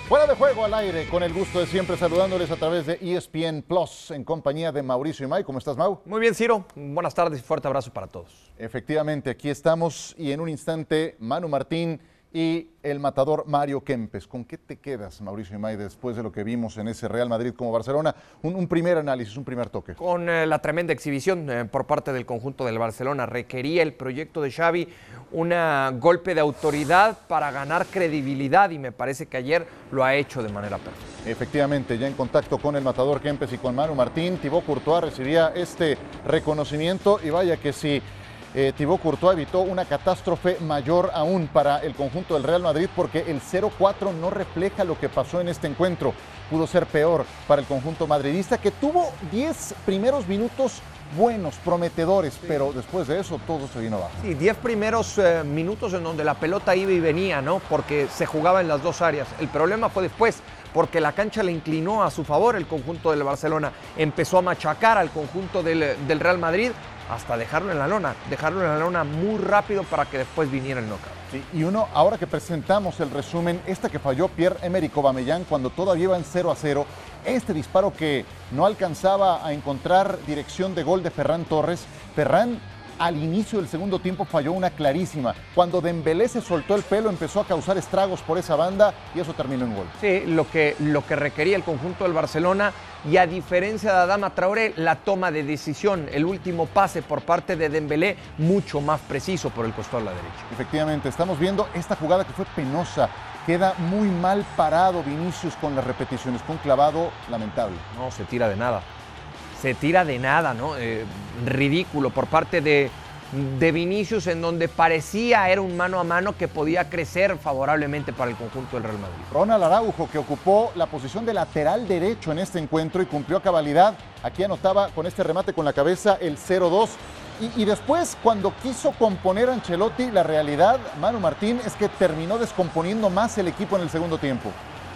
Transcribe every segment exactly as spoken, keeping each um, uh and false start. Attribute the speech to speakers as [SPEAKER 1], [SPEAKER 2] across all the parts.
[SPEAKER 1] Fuera de juego al aire, con el gusto de siempre saludándoles a través de E S P N Plus en compañía de Mauricio Imay. ¿Cómo estás, Mau?
[SPEAKER 2] Muy bien, Ciro. Buenas tardes y fuerte abrazo para todos.
[SPEAKER 1] Efectivamente, aquí estamos y en un instante Manu Martín y el matador Mario Kempes. ¿Con qué te quedas, Mauricio Imay, después de lo que vimos en ese Real Madrid como Barcelona? Un, un primer análisis, un primer toque.
[SPEAKER 2] Con eh, la tremenda exhibición eh, por parte del conjunto del Barcelona. Requería el proyecto de Xavi un golpe de autoridad para ganar credibilidad y me parece que ayer lo ha hecho de manera perfecta.
[SPEAKER 1] Efectivamente, ya en contacto con el matador Kempes y con Manu Martín, Thibaut Courtois recibía este reconocimiento y vaya que sí. Eh, Thibaut Courtois evitó una catástrofe mayor aún para el conjunto del Real Madrid porque el cero cuatro no refleja lo que pasó en este encuentro. Pudo ser peor para el conjunto madridista que tuvo diez primeros minutos buenos, prometedores, sí. Pero después de eso todo se vino abajo.
[SPEAKER 2] Sí, diez primeros eh, minutos en donde la pelota iba y venía, ¿no? Porque se jugaba en las dos áreas. El problema fue después, porque la cancha le inclinó a su favor el conjunto del Barcelona. Empezó a machacar al conjunto del, del Real Madrid hasta dejarlo en la lona, dejarlo en la lona muy rápido para que después viniera el knockout.
[SPEAKER 1] Sí, y uno, ahora que presentamos el resumen, esta que falló Pierre-Emerick Aubameyang cuando todavía iban cero a cero, este disparo que no alcanzaba a encontrar dirección de gol de Ferran Torres, Ferran al inicio del segundo tiempo falló una clarísima. Cuando Dembélé se soltó el pelo, empezó a causar estragos por esa banda y eso terminó en gol.
[SPEAKER 2] Sí, lo que, lo que requería el conjunto del Barcelona y a diferencia de Adama Traoré, la toma de decisión, el último pase por parte de Dembélé, mucho más preciso por el costado de la derecha.
[SPEAKER 1] Efectivamente, estamos viendo esta jugada que fue penosa. Queda muy mal parado Vinicius con las repeticiones, fue un clavado lamentable.
[SPEAKER 2] No, se tira de nada. Se tira de nada, ¿no? Eh, ridículo por parte de, de Vinicius, en donde parecía era un mano a mano que podía crecer favorablemente para el conjunto del Real Madrid.
[SPEAKER 1] Ronald Araujo, que ocupó la posición de lateral derecho en este encuentro y cumplió a cabalidad. Aquí anotaba con este remate con la cabeza el cero dos. Y, y después, cuando quiso componer a Ancelotti, la realidad, Manu Martín, es que terminó descomponiendo más el equipo en el segundo tiempo.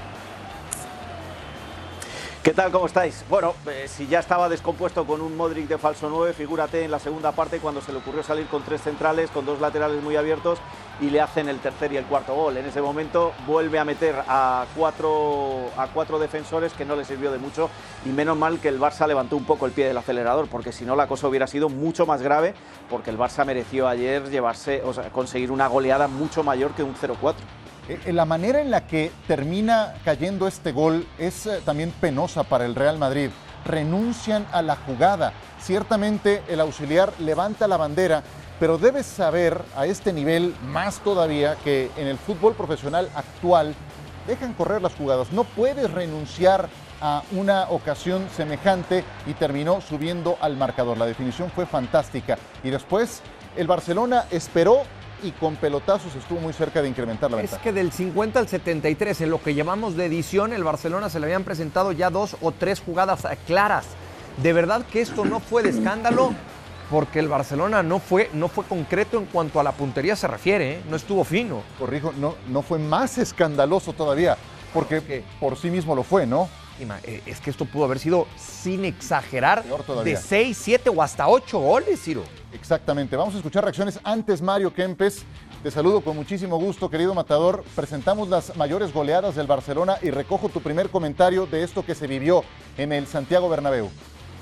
[SPEAKER 3] ¿Qué tal? ¿Cómo estáis? Bueno, eh, si ya estaba descompuesto con un Modric de falso nueve, figúrate en la segunda parte cuando se le ocurrió salir con tres centrales, con dos laterales muy abiertos y le hacen el tercer y el cuarto gol. En ese momento vuelve a meter a cuatro, a cuatro defensores que no le sirvió de mucho y menos mal que el Barça levantó un poco el pie del acelerador porque si no la cosa hubiera sido mucho más grave porque el Barça mereció ayer llevarse, o sea, conseguir una goleada mucho mayor que un cero cuatro.
[SPEAKER 1] La manera en la que termina cayendo este gol es eh, también penosa para el Real Madrid. Renuncian a la jugada. Ciertamente el auxiliar levanta la bandera, pero debes saber a este nivel más todavía que en el fútbol profesional actual dejan correr las jugadas. No puedes renunciar a una ocasión semejante y terminó subiendo al marcador. La definición fue fantástica. Y después el Barcelona esperó y con pelotazos estuvo muy cerca de incrementar la ventaja.
[SPEAKER 2] Es que del cincuenta al setenta y tres, en lo que llamamos de edición, el Barcelona se le habían presentado ya dos o tres jugadas claras. De verdad que esto no fue de escándalo, porque el Barcelona no fue, no fue concreto en cuanto a la puntería se refiere, ¿eh? No estuvo fino.
[SPEAKER 1] Corrijo, no, no fue más escandaloso todavía, porque okay. Por sí mismo lo fue, ¿no?
[SPEAKER 2] Es que esto pudo haber sido, sin exagerar, de seis, siete o hasta ocho goles, Ciro.
[SPEAKER 1] Exactamente. Vamos a escuchar reacciones. Antes, Mario Kempes, te saludo con muchísimo gusto, querido matador. Presentamos las mayores goleadas del Barcelona y recojo tu primer comentario de esto que se vivió en el Santiago Bernabéu.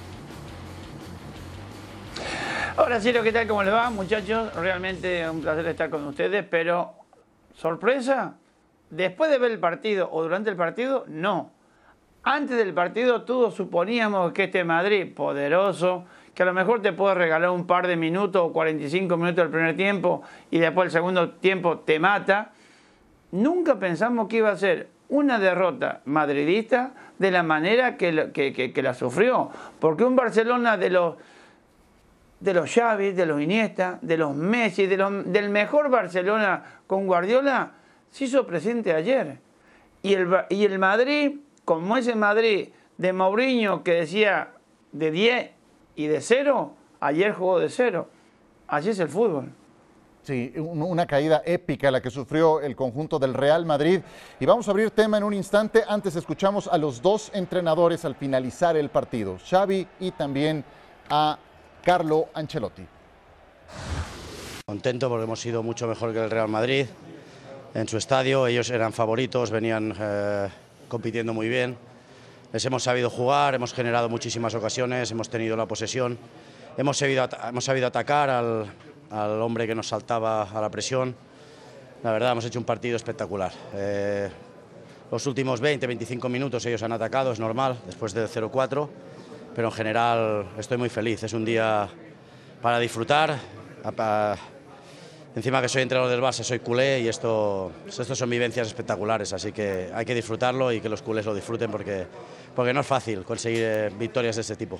[SPEAKER 4] Hola, Ciro, ¿qué tal? ¿Cómo les va, muchachos? Realmente un placer estar con ustedes, pero ¿sorpresa? Después de ver el partido o durante el partido, no. Antes del partido todos suponíamos que este Madrid poderoso, que a lo mejor te puede regalar un par de minutos o cuarenta y cinco minutos del primer tiempo y después el segundo tiempo te mata, nunca pensamos que iba a ser una derrota madridista de la manera que, que, que, que la sufrió. Porque un Barcelona de los, de los Xavi, de los Iniesta, de los Messi, de los, del mejor Barcelona con Guardiola, se hizo presente ayer. Y el, y el Madrid, como ese Madrid de Mourinho que decía de diez y de cero, ayer jugó de cero. Así es el fútbol.
[SPEAKER 1] Sí, una caída épica la que sufrió el conjunto del Real Madrid. Y vamos a abrir tema en un instante. Antes escuchamos a los dos entrenadores al finalizar el partido, Xavi y también a Carlo Ancelotti.
[SPEAKER 5] Contento porque hemos sido mucho mejor que el Real Madrid. en su estadio. Ellos eran favoritos, venían eh, compitiendo muy bien. Les hemos sabido jugar, hemos generado muchísimas ocasiones, hemos tenido la posesión, hemos sabido, hemos sabido atacar al, al hombre que nos saltaba a la presión. La verdad, hemos hecho un partido espectacular. Eh, los últimos veinte, veinticinco minutos ellos han atacado, es normal, después del cero cuatro, pero en general estoy muy feliz. Es un día para disfrutar. A, a, encima que soy entrenador del Barça, soy culé y esto, esto son vivencias espectaculares, así que hay que disfrutarlo y que los culés lo disfruten porque, porque no es fácil conseguir eh, victorias de este tipo.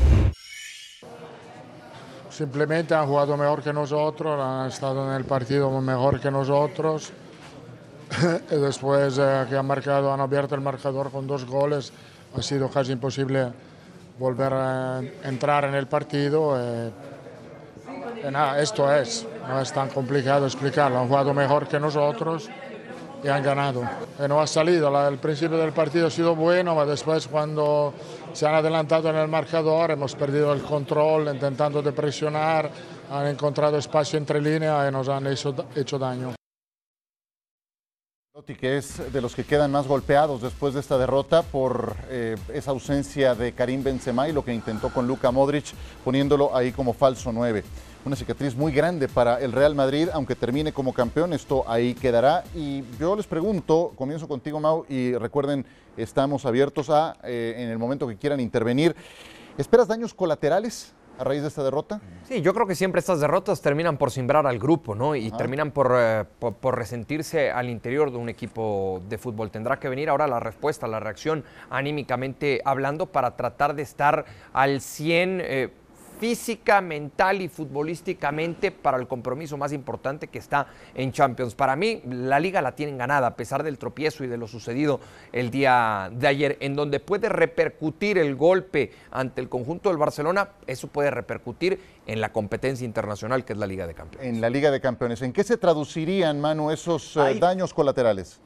[SPEAKER 6] Simplemente han jugado mejor que nosotros, han estado en el partido mejor que nosotros y después eh, que han marcado, han abierto el marcador con dos goles, ha sido casi imposible volver a entrar en el partido. Eh, y nada, esto es, no es tan complicado explicarlo, han jugado mejor que nosotros y han ganado. Y no ha salido, la, el principio del partido ha sido bueno, pero después cuando se han adelantado en el marcador hemos perdido el control, intentando de presionar, han encontrado espacio entre líneas y nos han hecho, hecho daño.
[SPEAKER 1] Que es de los que quedan más golpeados después de esta derrota por eh, esa ausencia de Karim Benzema y lo que intentó con Luka Modric poniéndolo ahí como falso nueve. Una cicatriz muy grande para el Real Madrid, aunque termine como campeón, esto ahí quedará. Y yo les pregunto, comienzo contigo, Mau, y recuerden, estamos abiertos a, eh, en el momento que quieran intervenir, ¿esperas daños colaterales a raíz de esta derrota?
[SPEAKER 2] Sí, yo creo que siempre estas derrotas terminan por simbrar al grupo, ¿no? Y ah. terminan por, eh, por, por resentirse al interior de un equipo de fútbol. Tendrá que venir ahora la respuesta, la reacción anímicamente hablando para tratar de estar al cien eh, física, mental y futbolísticamente para el compromiso más importante que está en Champions. Para mí, la Liga la tienen ganada a pesar del tropiezo y de lo sucedido el día de ayer, en donde puede repercutir el golpe ante el conjunto del Barcelona, eso puede repercutir en la competencia internacional que es la Liga de Campeones.
[SPEAKER 1] En la Liga de Campeones. ¿En qué se traducirían, Manu, esos eh, daños colaterales?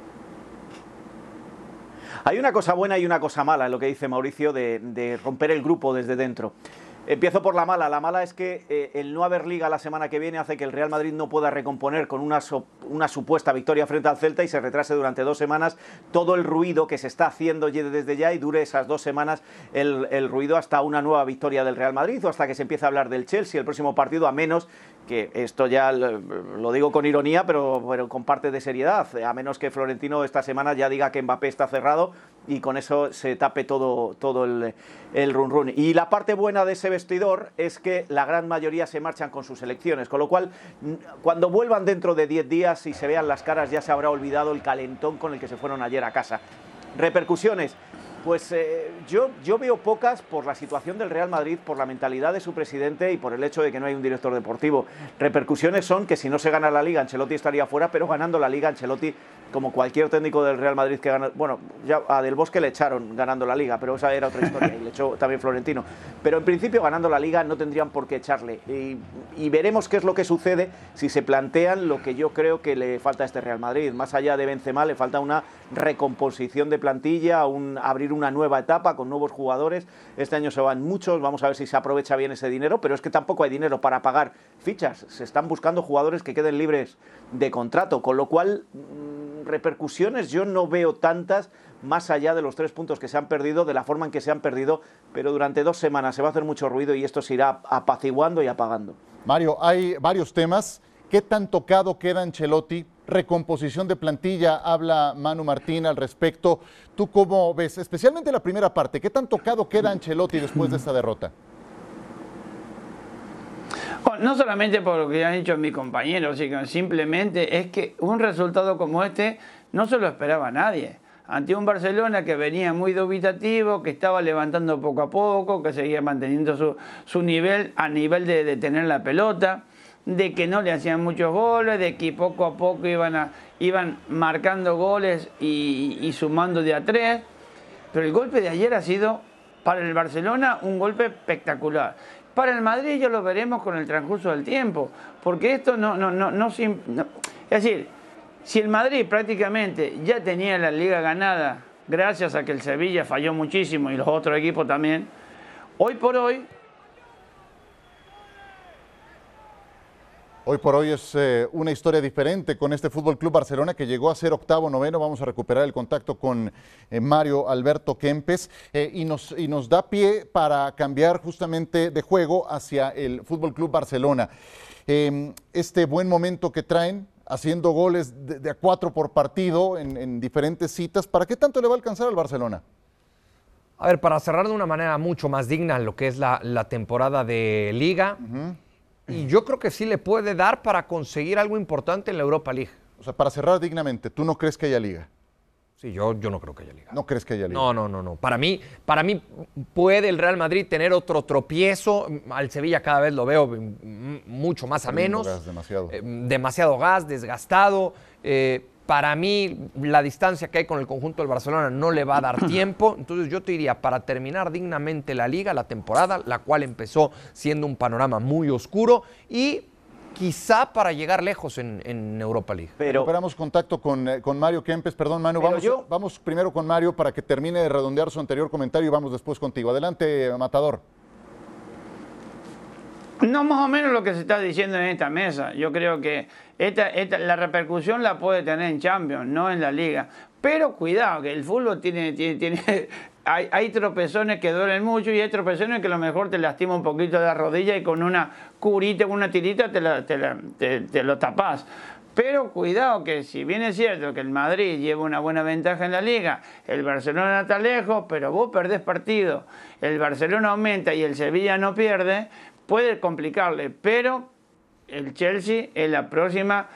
[SPEAKER 3] Hay una cosa buena y una cosa mala en lo que dice Mauricio de, de romper el grupo desde dentro. Empiezo por la mala. La mala es que eh, el no haber Liga la semana que viene hace que el Real Madrid no pueda recomponer con una, so, una supuesta victoria frente al Celta y se retrase durante dos semanas todo el ruido que se está haciendo desde ya y dure esas dos semanas el, el ruido hasta una nueva victoria del Real Madrid o hasta que se empiece a hablar del Chelsea el próximo partido, a menos que esto ya lo digo con ironía, pero, pero con parte de seriedad, a menos que Florentino esta semana ya diga que Mbappé está cerrado y con eso se tape todo, todo el, el run run. Y la parte buena de ese vestidor es que la gran mayoría se marchan con sus selecciones, con lo cual cuando vuelvan dentro de diez días y se vean las caras ya se habrá olvidado el calentón con el que se fueron ayer a casa. Repercusiones. Pues eh, yo, yo veo pocas por la situación del Real Madrid, por la mentalidad de su presidente y por el hecho de que no hay un director deportivo. Repercusiones son que si no se gana la Liga, Ancelotti estaría fuera, pero ganando la Liga, Ancelotti, como cualquier técnico del Real Madrid que gana... Bueno, ya a Del Bosque le echaron ganando la Liga, pero esa era otra historia, y le echó también Florentino. Pero en principio, ganando la Liga, no tendrían por qué echarle. Y, y veremos qué es lo que sucede si se plantean lo que yo creo que le falta a este Real Madrid. Más allá de Benzema, le falta una recomposición de plantilla, un abrir una nueva etapa con nuevos jugadores. Este año se van muchos, vamos a ver si se aprovecha bien ese dinero, pero es que tampoco hay dinero para pagar fichas. Se están buscando jugadores que queden libres de contrato, con lo cual mmm, repercusiones yo no veo tantas más allá de los tres puntos que se han perdido, de la forma en que se han perdido, pero durante dos semanas se va a hacer mucho ruido y esto se irá apaciguando y apagando.
[SPEAKER 1] Mario, hay varios temas. ¿Qué tan tocado queda Ancelotti? Recomposición de plantilla, habla Manu Martín al respecto. ¿Tú cómo ves? Especialmente la primera parte, ¿qué tan tocado queda Ancelotti después de esta derrota?
[SPEAKER 4] Bueno, no solamente por lo que han dicho mis compañeros, sino simplemente es que un resultado como este no se lo esperaba nadie. Ante un Barcelona que venía muy dubitativo, que estaba levantando poco a poco, que seguía manteniendo su, su nivel a nivel de, de tener la pelota, de que no le hacían muchos goles, de que poco a poco iban, a, iban marcando goles y, y sumando de a tres. Pero el golpe de ayer ha sido, para el Barcelona, un golpe espectacular. Para el Madrid ya lo veremos con el transcurso del tiempo, porque esto no... no, no, no, no es decir, si el Madrid prácticamente ya tenía la Liga ganada, gracias a que el Sevilla falló muchísimo y los otros equipos también, hoy por hoy
[SPEAKER 1] Hoy por hoy es eh, una historia diferente con este Fútbol Club Barcelona que llegó a ser octavo, noveno. Vamos a recuperar el contacto con eh, Mario Alberto Kempes eh, y, nos, y nos da pie para cambiar justamente de juego hacia el Fútbol Club Barcelona. Eh, este buen momento que traen, haciendo goles de, de a cuatro por partido en, en diferentes citas, ¿para qué tanto le va a alcanzar al Barcelona?
[SPEAKER 2] A ver, para cerrar de una manera mucho más digna lo que es la, la temporada de Liga. Uh-huh. Y yo creo que sí le puede dar para conseguir algo importante en la Europa League.
[SPEAKER 1] O sea, para cerrar dignamente, ¿tú no crees que haya Liga?
[SPEAKER 2] Sí, yo, yo no creo que haya Liga.
[SPEAKER 1] ¿No crees que haya Liga?
[SPEAKER 2] No, no, no, no. Para mí, para mí puede el Real Madrid tener otro tropiezo. Al Sevilla cada vez lo veo mucho más a menos.
[SPEAKER 1] Gas, demasiado.
[SPEAKER 2] Eh, demasiado gas, desgastado. Eh, Para mí, la distancia que hay con el conjunto del Barcelona no le va a dar tiempo. Entonces yo te diría, para terminar dignamente la Liga, la temporada, la cual empezó siendo un panorama muy oscuro, y quizá para llegar lejos en, en Europa League.
[SPEAKER 1] Pero recuperamos contacto con, eh, con Mario Kempes. Perdón, Manu, vamos, yo... vamos primero con Mario para que termine de redondear su anterior comentario y vamos después contigo. Adelante, Matador.
[SPEAKER 4] No, más o menos lo que se está diciendo en esta mesa. Yo creo que esta, esta, la repercusión la puede tener en Champions, no en la Liga. Pero cuidado, que el fútbol tiene... tiene, tiene hay, hay tropezones que duelen mucho y hay tropezones que a lo mejor te lastima un poquito de la rodilla y con una curita, con una tirita te, la, te, la, te, te lo tapás. Pero cuidado que si bien es cierto que el Madrid lleva una buena ventaja en la Liga, el Barcelona está lejos, pero vos perdés partido, el Barcelona aumenta y el Sevilla no pierde, puede complicarle, pero el Chelsea es la próxima,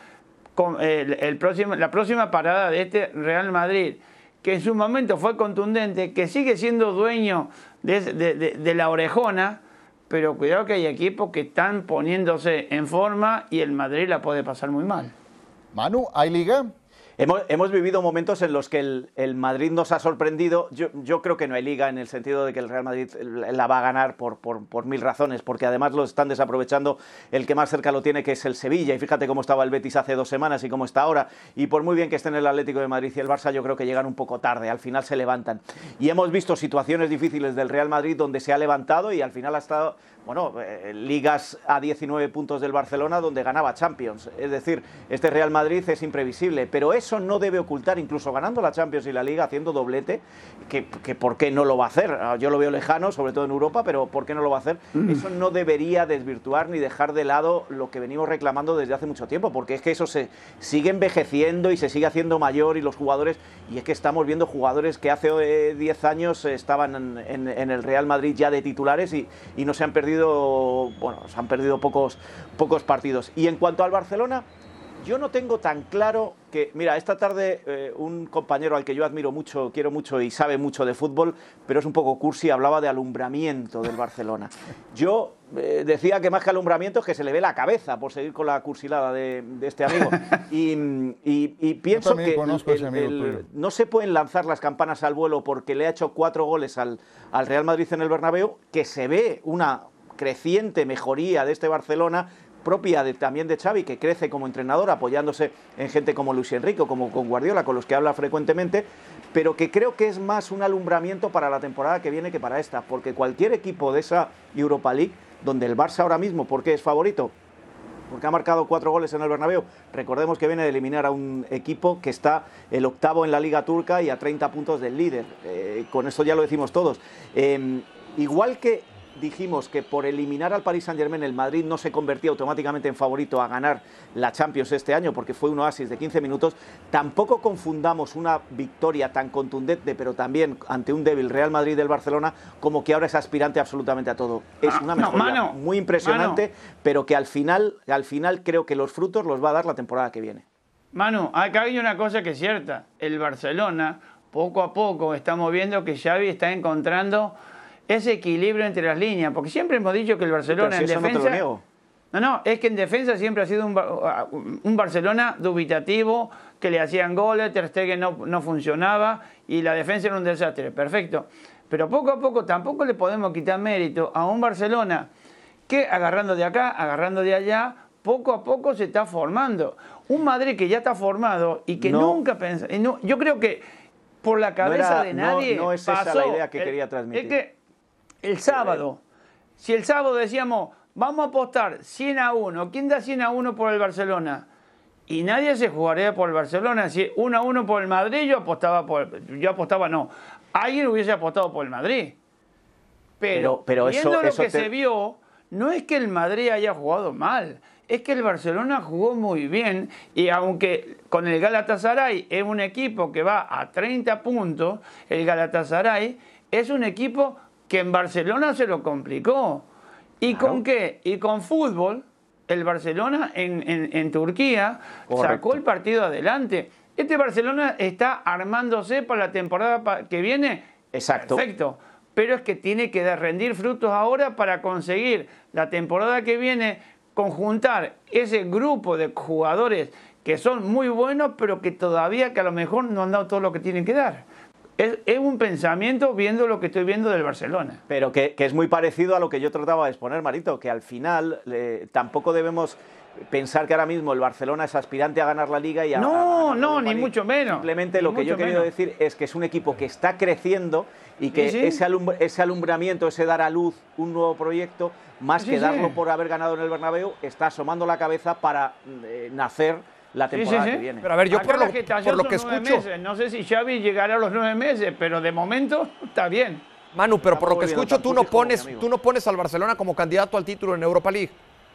[SPEAKER 4] el, el próximo, la próxima parada de este Real Madrid, que en su momento fue contundente, que sigue siendo dueño de, de, de, de la orejona, pero cuidado que hay equipos que están poniéndose en forma y el Madrid la puede pasar muy mal.
[SPEAKER 1] Manu, ¿hay Liga?
[SPEAKER 3] Hemos, hemos vivido momentos en los que el, el Madrid nos ha sorprendido. Yo, yo creo que no hay Liga en el sentido de que el Real Madrid la va a ganar por, por, por mil razones, porque además lo están desaprovechando. El que más cerca lo tiene, que es el Sevilla, y fíjate cómo estaba el Betis hace dos semanas y cómo está ahora. Y por muy bien que estén el Atlético de Madrid y el Barça, yo creo que llegan un poco tarde, al final se levantan. Y hemos visto situaciones difíciles del Real Madrid donde se ha levantado y al final ha estado, bueno, eh, ligas a diecinueve puntos del Barcelona donde ganaba Champions. Es decir, este Real Madrid es imprevisible, pero eso no debe ocultar, incluso ganando la Champions y la Liga, haciendo doblete, que, que por qué no lo va a hacer. Yo lo veo lejano, sobre todo en Europa, pero ¿por qué no lo va a hacer? Mm. Eso no debería desvirtuar ni dejar de lado lo que venimos reclamando desde hace mucho tiempo, porque es que eso se sigue envejeciendo y se sigue haciendo mayor, y los jugadores, y es que estamos viendo jugadores que hace eh, diez años estaban en, en, en el Real Madrid ya de titulares y, y no se han perdido, bueno, se han perdido pocos, pocos partidos. Y en cuanto al Barcelona, yo no tengo tan claro que, mira, esta tarde eh, un compañero al que yo admiro mucho, quiero mucho y sabe mucho de fútbol, pero es un poco cursi, hablaba de alumbramiento del Barcelona. Yo eh, decía que más que alumbramiento es que se le ve la cabeza, por seguir con la cursilada de, de este amigo. Y, y, y pienso que el, el, el, no se pueden lanzar las campanas al vuelo porque le ha hecho cuatro goles al, al Real Madrid en el Bernabéu, que se ve una creciente mejoría de este Barcelona, propia de, también de Xavi, que crece como entrenador apoyándose en gente como Luis Enrique, como con Guardiola, con los que habla frecuentemente, pero que creo que es más un alumbramiento para la temporada que viene que para esta, porque cualquier equipo de esa Europa League, donde el Barça ahora mismo, ¿por qué es favorito? Porque ha marcado cuatro goles en el Bernabéu. Recordemos que viene de eliminar a un equipo que está el octavo en la Liga Turca y a treinta puntos del líder. Eh, con esto ya lo decimos todos. Eh, igual que dijimos que por eliminar al Paris Saint-Germain el Madrid no se convertía automáticamente en favorito a ganar la Champions este año porque fue un oasis de quince minutos, tampoco confundamos una victoria tan contundente pero también ante un débil Real Madrid del Barcelona como que ahora es aspirante absolutamente a todo. Es una mejoría no, muy impresionante, Manu, pero que al final, al final creo que los frutos los va a dar la temporada que viene.
[SPEAKER 4] Manu, acá hay una cosa que es cierta, el Barcelona poco a poco estamos viendo que Xavi está encontrando ese equilibrio entre las líneas, porque siempre hemos dicho que el Barcelona si en defensa... No, te lo niego. no, no, es que en defensa siempre ha sido un, un Barcelona dubitativo, que le hacían goles, Ter Stegen no, no funcionaba y la defensa era un desastre, perfecto. Pero poco a poco tampoco le podemos quitar mérito a un Barcelona que agarrando de acá, agarrando de allá, poco a poco se está formando. Un Madrid que ya está formado y que no. nunca pensó... No, yo creo que por la cabeza
[SPEAKER 3] no era,
[SPEAKER 4] de nadie
[SPEAKER 3] no, no es
[SPEAKER 4] pasó,
[SPEAKER 3] esa la idea que
[SPEAKER 4] el,
[SPEAKER 3] quería transmitir.
[SPEAKER 4] Es que el sábado, si el sábado decíamos, vamos a apostar cien a uno. ¿Quién da cien a uno por el Barcelona? Y nadie se jugaría por el Barcelona. Si uno a uno por el Madrid, yo apostaba por... Yo apostaba no. Alguien hubiese apostado por el Madrid. Pero,
[SPEAKER 3] pero, pero
[SPEAKER 4] viendo
[SPEAKER 3] eso,
[SPEAKER 4] lo
[SPEAKER 3] eso
[SPEAKER 4] que
[SPEAKER 3] te...
[SPEAKER 4] se vio, no es que el Madrid haya jugado mal. Es que el Barcelona jugó muy bien. Y aunque con el Galatasaray es un equipo que va a treinta puntos, el Galatasaray es un equipo que en Barcelona se lo complicó. ¿Y claro. con qué? Y con fútbol. El Barcelona en, en, en Turquía Correcto. sacó el partido adelante. Este Barcelona está armándose para la temporada que viene.
[SPEAKER 3] Exacto.
[SPEAKER 4] Perfecto. Pero es que tiene que rendir frutos ahora para conseguir la temporada que viene conjuntar ese grupo de jugadores que son muy buenos, pero que todavía que a lo mejor no han dado todo lo que tienen que dar. Es, es un pensamiento viendo lo que estoy viendo del Barcelona.
[SPEAKER 3] Pero que, que es muy parecido a lo que yo trataba de exponer, Marito, que al final eh, tampoco debemos pensar que ahora mismo el Barcelona es aspirante a ganar la Liga y a...
[SPEAKER 4] No,
[SPEAKER 3] a
[SPEAKER 4] no, ni mucho menos.
[SPEAKER 3] Simplemente lo que yo he querido menos. decir es que es un equipo que está creciendo y que sí, sí. Ese, alum ese alumbramiento, ese dar a luz un nuevo proyecto, más sí, que darlo sí. por haber ganado en el Bernabéu, está asomando la cabeza para eh, nacer la temporada sí, sí, sí. que viene.
[SPEAKER 2] Pero a ver, yo por lo, por lo que escucho...
[SPEAKER 4] Meses. No sé si Xavi llegará a los nueve meses, pero de momento está bien.
[SPEAKER 2] Manu, pero por lo que escucho, tú no, pones, tú no pones al Barcelona como candidato al título en Europa League.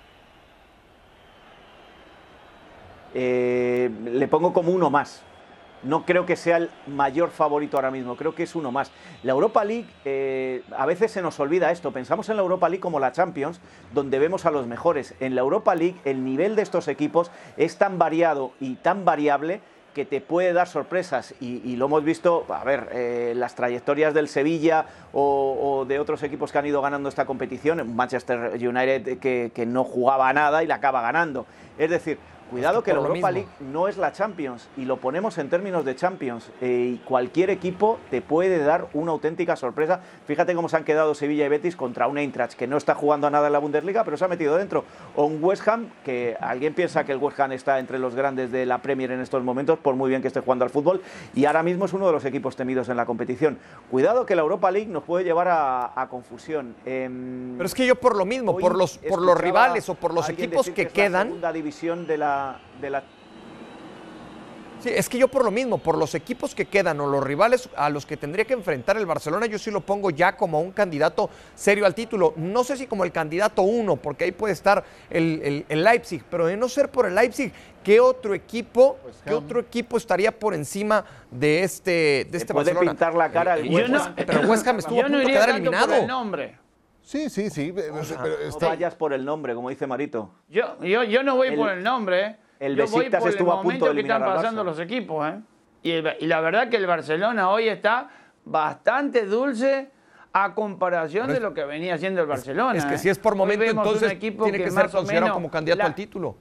[SPEAKER 3] Eh, le pongo como uno más. No creo que sea el mayor favorito ahora mismo, creo que es uno más. La Europa League, eh, a veces se nos olvida esto, pensamos en la Europa League como la Champions, donde vemos a los mejores. En la Europa League el nivel de estos equipos es tan variado y tan variable que te puede dar sorpresas y, y lo hemos visto, a ver, eh, las trayectorias del Sevilla o, o de otros equipos que han ido ganando esta competición, Manchester United que, que no jugaba a nada y la acaba ganando. Es decir, cuidado que, que la Europa League no es la Champions y lo ponemos en términos de Champions eh, y cualquier equipo te puede dar una auténtica sorpresa. Fíjate cómo se han quedado Sevilla y Betis contra un Eintracht que no está jugando a nada en la Bundesliga pero se ha metido dentro, o un West Ham que alguien piensa que el West Ham está entre los grandes de la Premier en estos momentos por muy bien que esté jugando al fútbol y ahora mismo es uno de los equipos temidos en la competición. Cuidado que la Europa League nos puede llevar a, a confusión. Eh,
[SPEAKER 2] pero es que yo por lo mismo, por los, por los rivales o por los equipos que, que quedan...
[SPEAKER 3] la segunda división de la De la...
[SPEAKER 2] Sí, es que yo por lo mismo, por los equipos que quedan o los rivales a los que tendría que enfrentar el Barcelona, yo sí lo pongo ya como un candidato serio al título. No sé si como el candidato uno, porque ahí puede estar el, el, el Leipzig, pero de no ser por el Leipzig, ¿qué otro equipo, pues, ¿qué otro equipo estaría por encima de este, de este
[SPEAKER 3] puede
[SPEAKER 2] Barcelona?
[SPEAKER 3] pintar la cara el
[SPEAKER 2] West Ham, pero el West Ham estuvo a punto de quedar eliminado.
[SPEAKER 4] Por el nombre.
[SPEAKER 1] Sí, sí, sí.
[SPEAKER 3] O sea, pero está... No vayas por el nombre, como dice Marito.
[SPEAKER 4] Yo, yo, yo no voy el, por el nombre,
[SPEAKER 3] el
[SPEAKER 4] yo voy por
[SPEAKER 3] estuvo
[SPEAKER 4] el
[SPEAKER 3] a punto
[SPEAKER 4] momento que están pasando los equipos. ¿eh? Y, el, y la verdad que el Barcelona hoy está bastante dulce a comparación es, de lo que venía haciendo el Barcelona.
[SPEAKER 2] Es que
[SPEAKER 4] ¿eh?
[SPEAKER 2] si es por momento, entonces
[SPEAKER 4] equipo
[SPEAKER 2] tiene que,
[SPEAKER 4] que
[SPEAKER 2] ser considerado como candidato
[SPEAKER 4] la...
[SPEAKER 2] al título.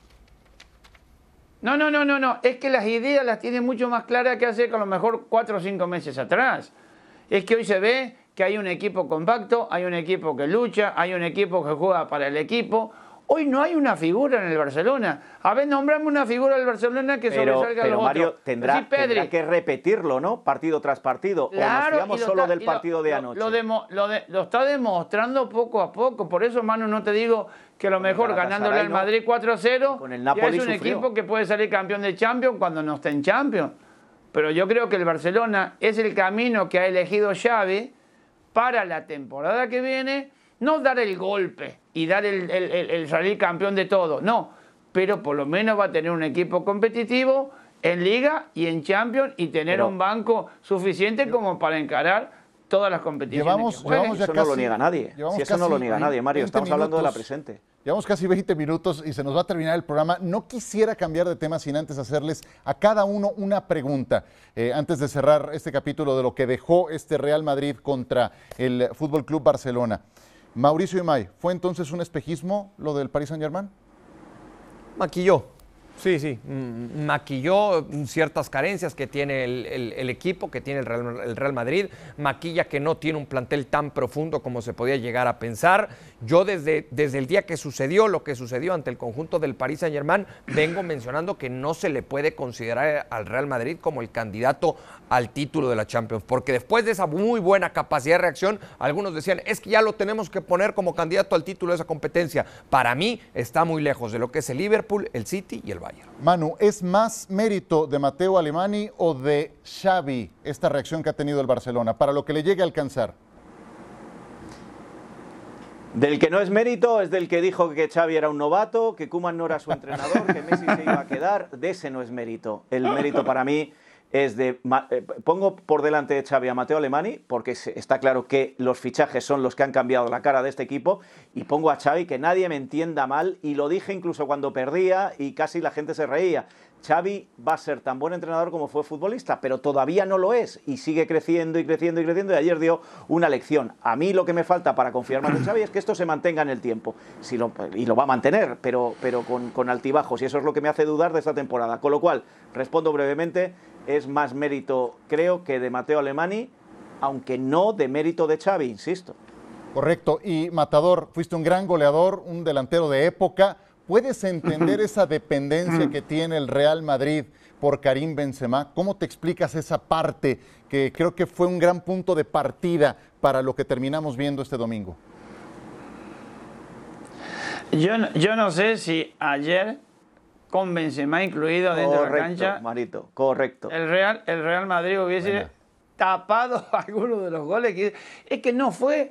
[SPEAKER 4] No, no, no, no, no. Es que las ideas las tiene mucho más claras que hace a lo mejor cuatro o cinco meses atrás. Es que hoy se ve que hay un equipo compacto, hay un equipo que lucha, hay un equipo que juega para el equipo. Hoy no hay una figura en el Barcelona. A ver, nombrame una figura del Barcelona que
[SPEAKER 3] pero,
[SPEAKER 4] sobresalga
[SPEAKER 3] pero
[SPEAKER 4] a los
[SPEAKER 3] Mario,
[SPEAKER 4] otros.
[SPEAKER 3] Tendrá,
[SPEAKER 4] Sí,
[SPEAKER 3] tendrá que repetirlo, ¿no? Partido tras partido.
[SPEAKER 4] Claro,
[SPEAKER 3] o nos fiamos solo
[SPEAKER 4] está,
[SPEAKER 3] del partido
[SPEAKER 4] lo,
[SPEAKER 3] de
[SPEAKER 4] lo,
[SPEAKER 3] anoche.
[SPEAKER 4] Lo, demo, lo, de, lo está demostrando poco a poco. Por eso, Manu, no te digo que a lo mejor ganándole al Madrid cuatro a cero
[SPEAKER 3] con el Napoli
[SPEAKER 4] ya es un
[SPEAKER 3] sufrió.
[SPEAKER 4] equipo que puede salir campeón de Champions cuando no esté en Champions. Pero yo creo que el Barcelona es el camino que ha elegido Xavi para la temporada que viene. No dar el golpe y dar el, el, el, el salir campeón de todo, no. Pero por lo menos va a tener un equipo competitivo en Liga y en Champions y tener Pero, un banco suficiente como para encarar todas las competiciones.
[SPEAKER 1] Llevamos,
[SPEAKER 4] que
[SPEAKER 1] llevamos ya
[SPEAKER 3] eso
[SPEAKER 1] casi,
[SPEAKER 3] no lo niega nadie. Si eso no lo niega nadie, Mario. Estamos hablando
[SPEAKER 1] minutos,
[SPEAKER 3] de la presente.
[SPEAKER 1] Llevamos casi veinte minutos y se nos va a terminar el programa. No quisiera cambiar de tema sin antes hacerles a cada uno una pregunta. Eh, antes de cerrar este capítulo de lo que dejó este Real Madrid contra el F C Barcelona. Mauricio Imay, ¿fue entonces un espejismo lo del Paris Saint-Germain?
[SPEAKER 2] Maquilló. Sí, sí, maquilló ciertas carencias que tiene el, el, el equipo, que tiene el Real, el Real Madrid, maquilla que no tiene un plantel tan profundo como se podía llegar a pensar. Yo desde, desde el día que sucedió lo que sucedió ante el conjunto del Paris Saint-Germain, vengo mencionando que no se le puede considerar al Real Madrid como el candidato al título de la Champions, porque después de esa muy buena capacidad de reacción, algunos decían, es que ya lo tenemos que poner como candidato al título de esa competencia. Para mí está muy lejos de lo que es el Liverpool, el City y el Bayern.
[SPEAKER 1] Manu, ¿es más mérito de Matteo Alemany o de Xavi esta reacción que ha tenido el Barcelona para lo que le llegue a alcanzar?
[SPEAKER 3] Del que no es mérito es del que dijo que Xavi era un novato, que Koeman no era su entrenador, que Messi se iba a quedar. De ese no es mérito. El mérito para mí es de... Eh, pongo por delante de Xavi a Matteo Alemany, porque está claro que los fichajes son los que han cambiado la cara de este equipo, y pongo a Xavi, que nadie me entienda mal, y lo dije incluso cuando perdía y casi la gente se reía. Xavi va a ser tan buen entrenador como fue futbolista, pero todavía no lo es, y sigue creciendo y creciendo y creciendo, y ayer dio una lección. A mí lo que me falta para confiar más en Xavi es que esto se mantenga en el tiempo, si lo, y lo va a mantener, pero, pero con, con altibajos, y eso es lo que me hace dudar de esta temporada. Con lo cual, respondo brevemente, es más mérito, creo, que de Matteo Alemany, aunque no de mérito de Xavi, insisto.
[SPEAKER 1] Correcto. Y Matador, fuiste un gran goleador, un delantero de época. ¿Puedes entender esa dependencia que tiene el Real Madrid por Karim Benzema? ¿Cómo te explicas esa parte que creo que fue un gran punto de partida para lo que terminamos viendo este domingo?
[SPEAKER 4] Yo no, yo no sé si ayer, con Benzema incluido dentro
[SPEAKER 3] correcto,
[SPEAKER 4] de la cancha,
[SPEAKER 3] Marito, correcto.
[SPEAKER 4] El Real, el Real Madrid hubiese bueno. tapado algunos de los goles. Que, es que no fue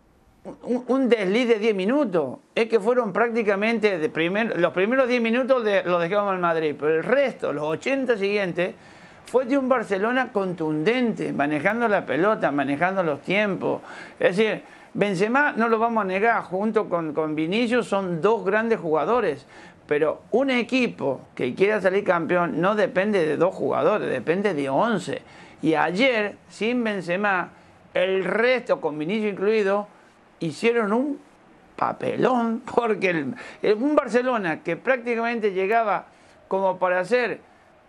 [SPEAKER 4] un, un desliz de diez minutos, es que fueron prácticamente de primer, los primeros diez minutos de, los dejamos al Madrid, pero el resto, los ochenta siguientes, fue de un Barcelona contundente, manejando la pelota, manejando los tiempos. Es decir, Benzema, no lo vamos a negar, junto con, con Vinicius son dos grandes jugadores. Pero un equipo que quiera salir campeón no depende de dos jugadores, depende de once. Y ayer, sin Benzema, el resto, con Vinicius incluido, hicieron un papelón. Porque el, el, un Barcelona que prácticamente llegaba como para ser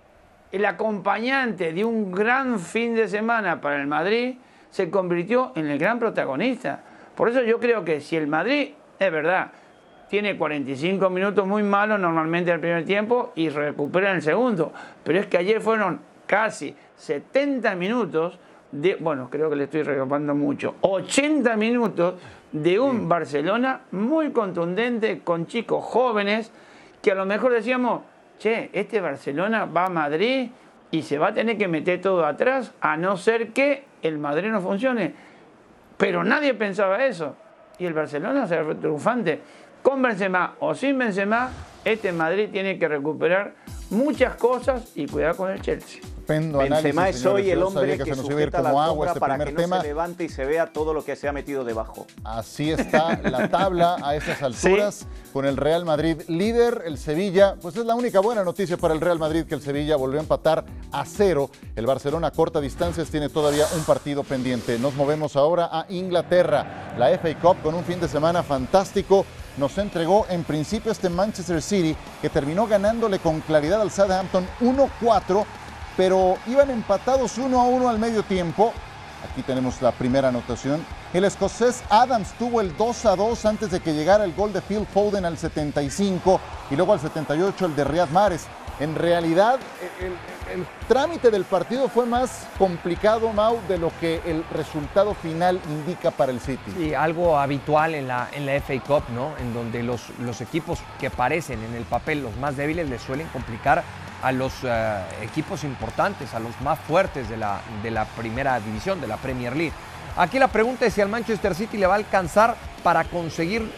[SPEAKER 4] el acompañante de un gran fin de semana para el Madrid, se convirtió en el gran protagonista. Por eso yo creo que si el Madrid, es verdad, tiene cuarenta y cinco minutos muy malos normalmente en el primer tiempo y recupera en el segundo. Pero es que ayer fueron casi setenta minutos de, bueno, creo que le estoy recopando mucho, ochenta minutos de un Barcelona muy contundente, con chicos jóvenes, que a lo mejor decíamos, che, este Barcelona va a Madrid y se va a tener que meter todo atrás, a no ser que el Madrid no funcione. Pero nadie pensaba eso. Y el Barcelona se fue triunfante. Con Benzema o sin Benzema, este Madrid tiene que recuperar muchas cosas y cuidar con el Chelsea.
[SPEAKER 3] Estupendo Benzema análisis, es hoy el hombre que, que se sujeta la alfombra este para que no tema. se levante y se vea todo lo que se ha metido debajo.
[SPEAKER 1] Así está la tabla a esas alturas, ¿sí? Con el Real Madrid líder, el Sevilla, pues es la única buena noticia para el Real Madrid, que el Sevilla volvió a empatar a cero. El Barcelona a corta distancia tiene todavía un partido pendiente. Nos movemos ahora a Inglaterra. La F A Cup, con un fin de semana fantástico, nos entregó en principio este Manchester City, que terminó ganándole con claridad al Southampton uno cuatro, pero iban empatados uno a uno al medio tiempo. Aquí tenemos la primera anotación. El escocés Adams tuvo el dos a dos antes de que llegara el gol de Phil Foden al setenta y cinco y luego al setenta y ocho el de Riyad Mahrez. En realidad, el, el trámite del partido fue más complicado, Mau, de lo que el resultado final indica para el City.
[SPEAKER 2] Sí, algo habitual en la, en la F A Cup, ¿no? En donde los, los equipos que parecen en el papel los más débiles les suelen complicar a los uh, equipos importantes, a los más fuertes de la, de la primera división, de la Premier League. Aquí la pregunta es si al Manchester City le va a alcanzar para conseguir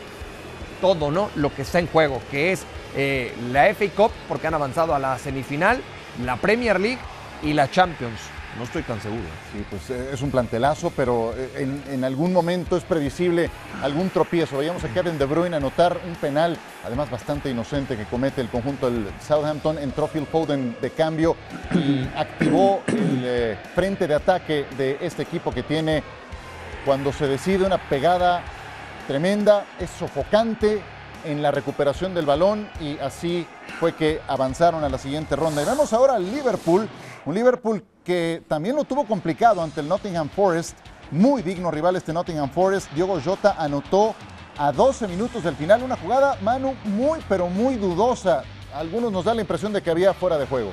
[SPEAKER 2] todo, ¿no? Lo que está en juego, que es eh, la F A Cup, porque han avanzado a la semifinal, la Premier League y la Champions. No estoy tan seguro.
[SPEAKER 1] Sí, pues eh, es un plantelazo, pero eh, en, en algún momento es previsible algún tropiezo. Veíamos a Kevin De Bruyne anotar un penal, además bastante inocente, que comete el conjunto del Southampton. Entró Phil Foden de cambio y activó el eh, frente de ataque de este equipo, que tiene, cuando se decide, una pegada tremenda, es sofocante, en la recuperación del balón y así fue que avanzaron a la siguiente ronda. Y vemos ahora al Liverpool, un Liverpool que también lo tuvo complicado ante el Nottingham Forest, muy digno rival este Nottingham Forest. Diogo Jota anotó a doce minutos del final, una jugada, Manu, muy pero muy dudosa. A algunos nos da la impresión de que había fuera de juego.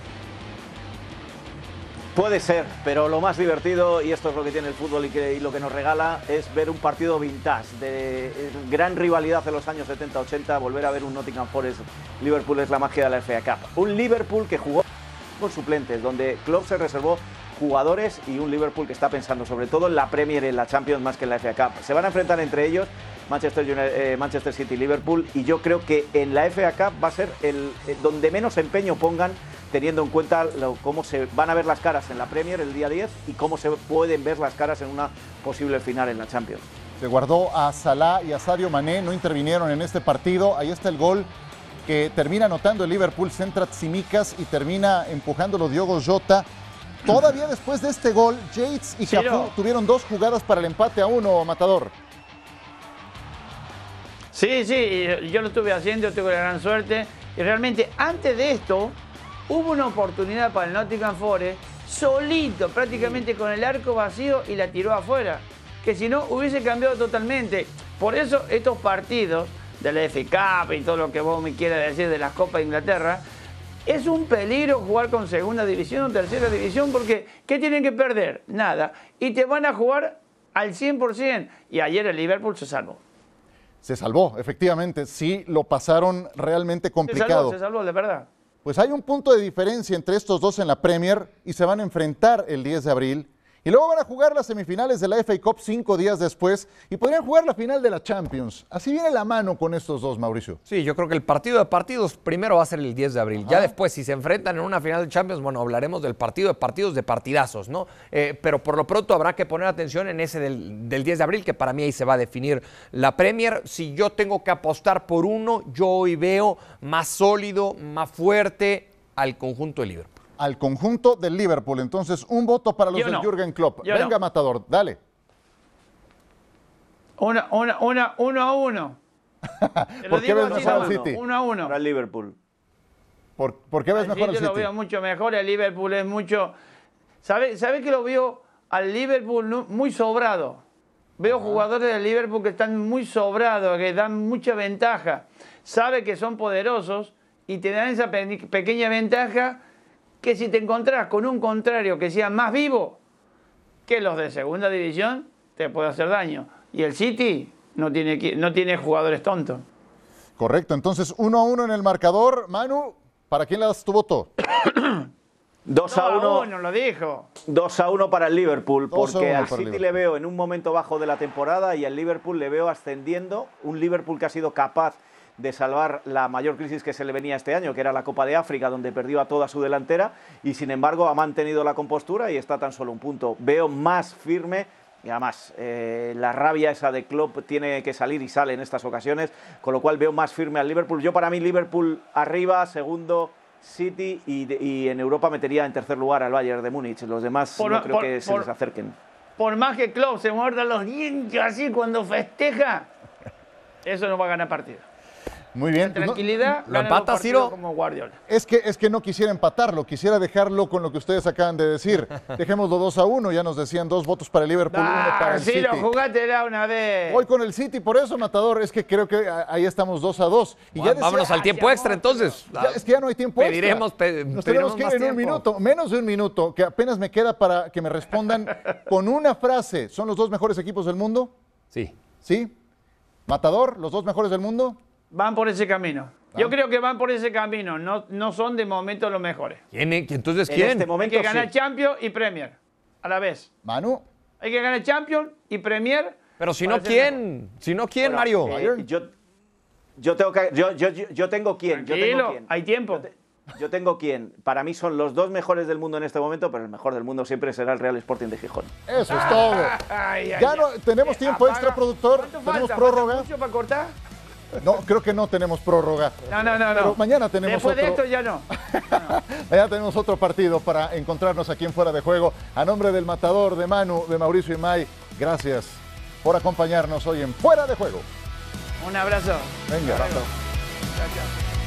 [SPEAKER 3] Puede ser, pero lo más divertido, y esto es lo que tiene el fútbol y, que, y lo que nos regala, es ver un partido vintage, de gran rivalidad de los años setenta ochenta, volver a ver un Nottingham Forest. Liverpool es la magia de la F A Cup. Un Liverpool que jugó con suplentes, donde Klopp se reservó jugadores, y un Liverpool que está pensando sobre todo en la Premier y en la Champions más que en la F A Cup. Se van a enfrentar entre ellos Manchester, United, eh, Manchester City y Liverpool, y yo creo que en la F A Cup va a ser el, el donde menos empeño pongan, teniendo en cuenta lo, cómo se van a ver las caras en la Premier el día diez y cómo se pueden ver las caras en una posible final en la Champions.
[SPEAKER 1] Se guardó a Salah y a Sadio Mané, no intervinieron en este partido. Ahí está el gol que termina anotando el Liverpool, centra Tsimikas y termina empujándolo Diogo Jota. Todavía después de este gol, Yates y Cafú
[SPEAKER 4] Ciro.
[SPEAKER 1] tuvieron dos jugadas para el empate a uno, Matador.
[SPEAKER 4] Sí, sí, yo lo estuve haciendo, tuve la gran suerte. Y realmente antes de esto hubo una oportunidad para el Nottingham Forest, solito, prácticamente con el arco vacío, y la tiró afuera. Que si no, hubiese cambiado totalmente. Por eso estos partidos de la F A Cup y todo lo que vos me quieras decir de las Copas de Inglaterra, es un peligro jugar con segunda división o tercera división, porque ¿qué tienen que perder? Nada. Y te van a jugar al cien por ciento. Y ayer el Liverpool se salvó.
[SPEAKER 1] Se salvó, efectivamente, sí, lo pasaron realmente
[SPEAKER 4] Se
[SPEAKER 1] complicado.
[SPEAKER 4] salvó, se salvó, de verdad.
[SPEAKER 1] Pues hay un punto de diferencia entre estos dos en la Premier y se van a enfrentar el diez de abril. Y luego van a jugar las semifinales de la F A Cup cinco días después y podrían jugar la final de la Champions. Así viene la mano con estos dos, Mauricio.
[SPEAKER 2] Sí, yo creo que el partido de partidos primero va a ser el diez de abril. Ajá. Ya después, si se enfrentan en una final de Champions, bueno, hablaremos del partido de partidos de partidazos, ¿no? Eh, pero por lo pronto habrá que poner atención en ese del, del diez de abril, que para mí ahí se va a definir la Premier. Si yo tengo que apostar por uno, yo hoy veo más sólido, más fuerte al conjunto de Liverpool.
[SPEAKER 1] Al conjunto del Liverpool. Entonces, un voto para los
[SPEAKER 4] Yo
[SPEAKER 1] del
[SPEAKER 4] no.
[SPEAKER 1] Jürgen Klopp.
[SPEAKER 4] Yo
[SPEAKER 1] Venga,
[SPEAKER 4] no.
[SPEAKER 1] Matador, dale.
[SPEAKER 4] Una, una, una, uno a uno. Te lo
[SPEAKER 1] ¿Por qué
[SPEAKER 4] digo
[SPEAKER 1] ves
[SPEAKER 4] así
[SPEAKER 1] mejor al
[SPEAKER 4] nomás,
[SPEAKER 1] City?
[SPEAKER 4] Uno a uno.
[SPEAKER 3] Para el Liverpool.
[SPEAKER 1] ¿Por, por qué ves
[SPEAKER 4] El
[SPEAKER 1] mejor al
[SPEAKER 4] City lo
[SPEAKER 1] City?
[SPEAKER 4] veo mucho mejor, el Liverpool es mucho... ¿Sabe, sabe que lo veo al Liverpool no- muy sobrado? Veo jugadores del Liverpool que están muy sobrados, que dan mucha ventaja. Sabe que son poderosos y te dan esa pe- pequeña ventaja, que si te encontrás con un contrario que sea más vivo que los de segunda división, te puede hacer daño. Y el City no tiene, qui- no tiene jugadores tontos.
[SPEAKER 1] Correcto, entonces uno a uno en el marcador. Manu, ¿para quién le das tu voto?
[SPEAKER 3] dos a uno.
[SPEAKER 4] uno, lo dijo.
[SPEAKER 3] dos a uno para el Liverpool,
[SPEAKER 1] dos a
[SPEAKER 3] porque
[SPEAKER 1] uno
[SPEAKER 3] al
[SPEAKER 1] para el
[SPEAKER 3] City
[SPEAKER 1] Liverpool.
[SPEAKER 3] le veo en un momento bajo de la temporada y al Liverpool le veo ascendiendo. Un Liverpool que ha sido capaz de salvar la mayor crisis que se le venía este año, que era la Copa de África, donde perdió a toda su delantera, y sin embargo ha mantenido la compostura y está tan solo un punto. Veo más firme, y además eh, la rabia esa de Klopp tiene que salir y sale en estas ocasiones, con lo cual veo más firme al Liverpool. Yo, para mí, Liverpool arriba, segundo City, y, de, y en Europa metería en tercer lugar al Bayern de Múnich. Los demás
[SPEAKER 4] Por-
[SPEAKER 3] no creo
[SPEAKER 4] por-
[SPEAKER 3] que se
[SPEAKER 4] por-
[SPEAKER 3] les acerquen.
[SPEAKER 4] Por más que Klopp se muerda los dientes así cuando festeja, eso no va a ganar partido.
[SPEAKER 1] Muy bien. Pues no-
[SPEAKER 4] Tranquilidad,
[SPEAKER 2] ¿Lo
[SPEAKER 4] gana
[SPEAKER 2] empata,
[SPEAKER 4] los partidos
[SPEAKER 2] Ciro?
[SPEAKER 4] como Guardiola.
[SPEAKER 1] Es que, es que no quisiera empatarlo, quisiera dejarlo con lo que ustedes acaban de decir. Dejémoslo dos a uno, ya nos decían dos votos para el Liverpool, uno para
[SPEAKER 4] Ah,
[SPEAKER 1] el
[SPEAKER 4] Ciro,
[SPEAKER 1] City.
[SPEAKER 4] jugátela una vez.
[SPEAKER 1] Voy con el City, por eso, Matador, es que creo que a- ahí estamos dos a dos. Y ya decía-
[SPEAKER 2] Vámonos al tiempo extra, entonces.
[SPEAKER 1] Ya, es que ya no hay tiempo
[SPEAKER 2] Pediremos,
[SPEAKER 1] extra.
[SPEAKER 2] pe-
[SPEAKER 1] Nos
[SPEAKER 2] pediremos
[SPEAKER 1] tenemos que ir
[SPEAKER 2] más
[SPEAKER 1] en un
[SPEAKER 2] tiempo.
[SPEAKER 1] minuto, menos de un minuto, que apenas me queda para que me respondan con una frase. ¿Son los dos mejores equipos del mundo?
[SPEAKER 2] Sí.
[SPEAKER 1] ¿Sí? Matador, ¿los dos mejores del mundo?
[SPEAKER 4] Van por ese camino. Yo creo que van por ese camino. No, no son de momento los mejores.
[SPEAKER 2] ¿Quién, eh? Entonces,
[SPEAKER 3] En
[SPEAKER 2] ¿quién?
[SPEAKER 3] este
[SPEAKER 4] Hay
[SPEAKER 3] momento
[SPEAKER 4] que ganar
[SPEAKER 3] sí.
[SPEAKER 4] Champions y Premier a la vez.
[SPEAKER 1] Manu,
[SPEAKER 4] Hay que ganar Champions y Premier.
[SPEAKER 2] Pero si
[SPEAKER 4] para
[SPEAKER 2] no,
[SPEAKER 4] ser mejor.
[SPEAKER 2] ¿quién? Si no, ¿quién,
[SPEAKER 3] Bueno,
[SPEAKER 2] Mario?
[SPEAKER 3] eh,
[SPEAKER 1] Bayern.
[SPEAKER 3] yo, yo tengo que, yo, yo, yo, yo tengo quién. Yo tengo
[SPEAKER 4] Tranquilo,
[SPEAKER 3] quién.
[SPEAKER 4] hay tiempo.
[SPEAKER 3] Yo, te- yo tengo quién. Para mí son los dos mejores del mundo en este momento, pero el mejor del mundo siempre será el Real Sporting de Gijón.
[SPEAKER 1] eso es todo.
[SPEAKER 4] Ay, ay,
[SPEAKER 1] Ya
[SPEAKER 4] ay.
[SPEAKER 1] no, tenemos tiempo
[SPEAKER 4] Apaga.
[SPEAKER 1] extra, productor.
[SPEAKER 4] ¿Cuánto
[SPEAKER 1] Tenemos
[SPEAKER 4] falta?
[SPEAKER 1] prórroga.
[SPEAKER 4] ¿Falta mucho para cortar?
[SPEAKER 1] No, creo que no tenemos prórroga.
[SPEAKER 4] No, no, no.
[SPEAKER 1] Pero
[SPEAKER 4] no.
[SPEAKER 1] mañana tenemos
[SPEAKER 4] Después de
[SPEAKER 1] otro.
[SPEAKER 4] esto ya no.
[SPEAKER 1] Mañana tenemos otro partido para encontrarnos aquí en Fuera de Juego. A nombre del Matador, de Manu, de Mauricio y May, gracias por acompañarnos hoy en Fuera de Juego.
[SPEAKER 4] Un abrazo.
[SPEAKER 1] Venga.
[SPEAKER 4] Chao, chao.